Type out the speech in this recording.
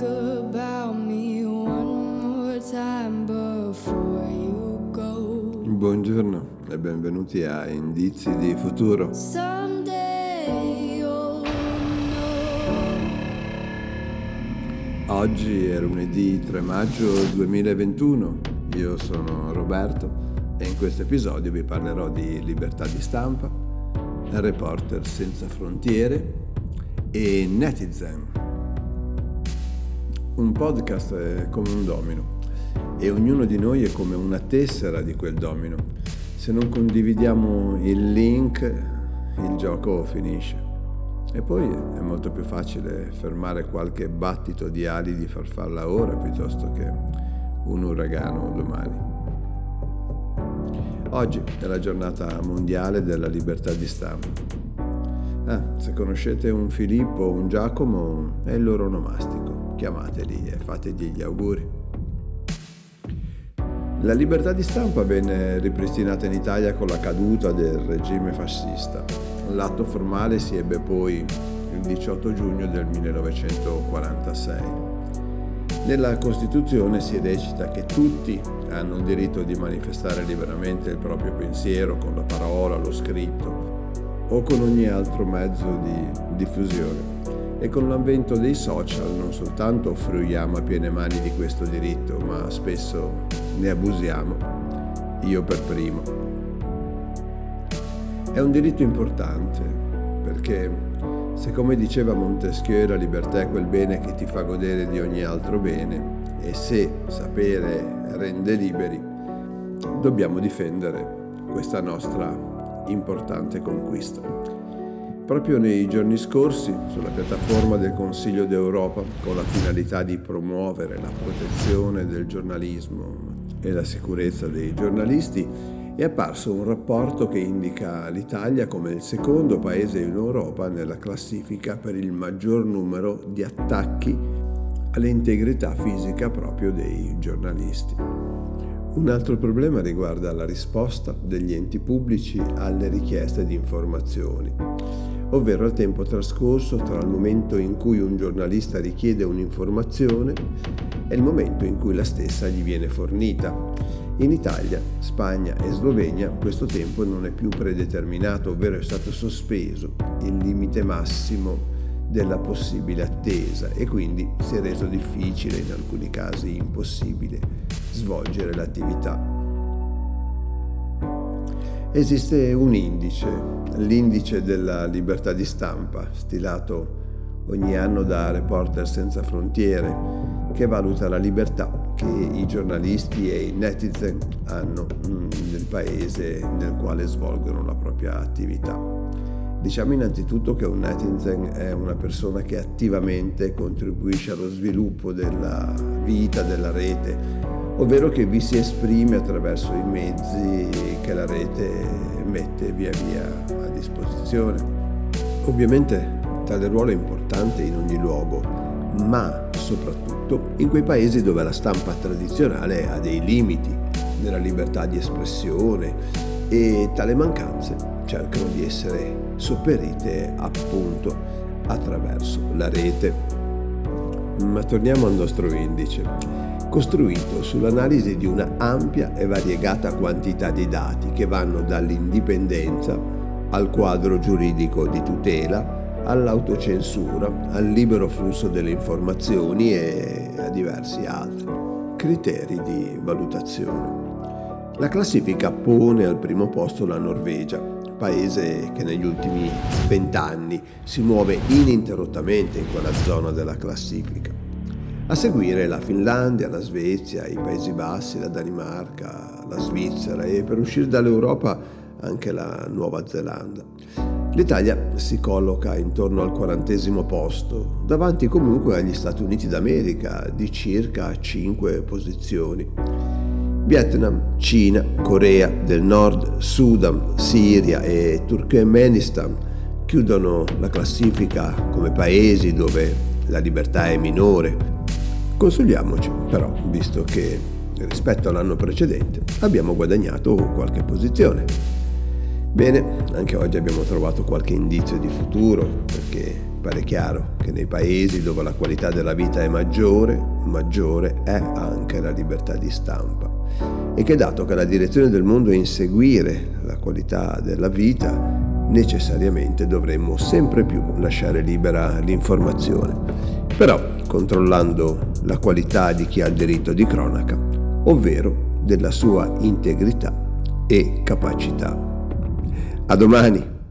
think about me one more time before you go. Buongiorno e benvenuti a Indizi di Futuro. Someday you'll know. Oggi è lunedì 3 maggio 2021, io sono Roberto e in questo episodio vi parlerò di libertà di stampa, Reporter senza frontiere e Netizen. Un podcast è come un domino e ognuno di noi è come una tessera di quel domino. Se non condividiamo il link, il gioco finisce. E poi è molto più facile fermare qualche battito di ali di farfalla ora piuttosto che un uragano domani. Oggi è la giornata mondiale della libertà di stampa. Se conoscete un Filippo o un Giacomo, è il loro onomastico. Chiamateli e fategli gli auguri. La libertà di stampa venne ripristinata in Italia con la caduta del regime fascista. L'atto formale si ebbe poi il 18 giugno del 1946. Nella Costituzione si recita che tutti hanno il diritto di manifestare liberamente il proprio pensiero con la parola, lo scritto o con ogni altro mezzo di diffusione. E con l'avvento dei social non soltanto fruiamo a piene mani di questo diritto, ma spesso ne abusiamo, io per primo. È un diritto importante perché, se come diceva Montesquieu la libertà è quel bene che ti fa godere di ogni altro bene, e se sapere rende liberi, dobbiamo difendere questa nostra importante conquista. Proprio nei giorni scorsi, sulla piattaforma del Consiglio d'Europa, con la finalità di promuovere la protezione del giornalismo e la sicurezza dei giornalisti, è apparso un rapporto che indica l'Italia come il secondo paese in Europa nella classifica per il maggior numero di attacchi all'integrità fisica proprio dei giornalisti. Un altro problema riguarda la risposta degli enti pubblici alle richieste di informazioni, ovvero il tempo trascorso tra il momento in cui un giornalista richiede un'informazione e il momento in cui la stessa gli viene fornita. In Italia, Spagna e Slovenia questo tempo non è più predeterminato, ovvero è stato sospeso il limite massimo della possibile attesa e quindi si è reso difficile, in alcuni casi impossibile, svolgere l'attività. Esiste un indice, l'indice della libertà di stampa, stilato ogni anno da Reporter senza frontiere, che valuta la libertà che i giornalisti e i netizen hanno nel paese nel quale svolgono la propria attività. Diciamo innanzitutto che un netizen è una persona che attivamente contribuisce allo sviluppo della vita della rete, ovvero che vi si esprime attraverso i mezzi che la rete mette via via a disposizione. Ovviamente tale ruolo è importante in ogni luogo, ma soprattutto in quei paesi dove la stampa tradizionale ha dei limiti nella libertà di espressione e tale mancanze cercano di essere sopperite appunto attraverso la rete. Ma torniamo al nostro indice, costruito sull'analisi di una ampia e variegata quantità di dati che vanno dall'indipendenza al quadro giuridico di tutela, all'autocensura, al libero flusso delle informazioni e a diversi altri criteri di valutazione. La classifica pone al primo posto la Norvegia, paese che negli ultimi 20 anni si muove ininterrottamente in quella zona della classifica. A seguire la Finlandia, la Svezia, i Paesi Bassi, la Danimarca, la Svizzera e per uscire dall'Europa anche la Nuova Zelanda. L'Italia si colloca intorno al 40° posto, davanti comunque agli Stati Uniti d'America di circa 5 posizioni. Vietnam, Cina, Corea del Nord, Sudan, Siria e Turkmenistan chiudono la classifica come paesi dove la libertà è minore. Consoliamoci però, visto che rispetto all'anno precedente abbiamo guadagnato qualche posizione. Bene, anche oggi abbiamo trovato qualche indizio di futuro, perché pare chiaro che nei paesi dove la qualità della vita è maggiore è anche la libertà di stampa, e che dato che la direzione del mondo è inseguire la qualità della vita, necessariamente dovremmo sempre più lasciare libera l'informazione, però controllando la qualità di chi ha il diritto di cronaca, ovvero della sua integrità e capacità. A domani!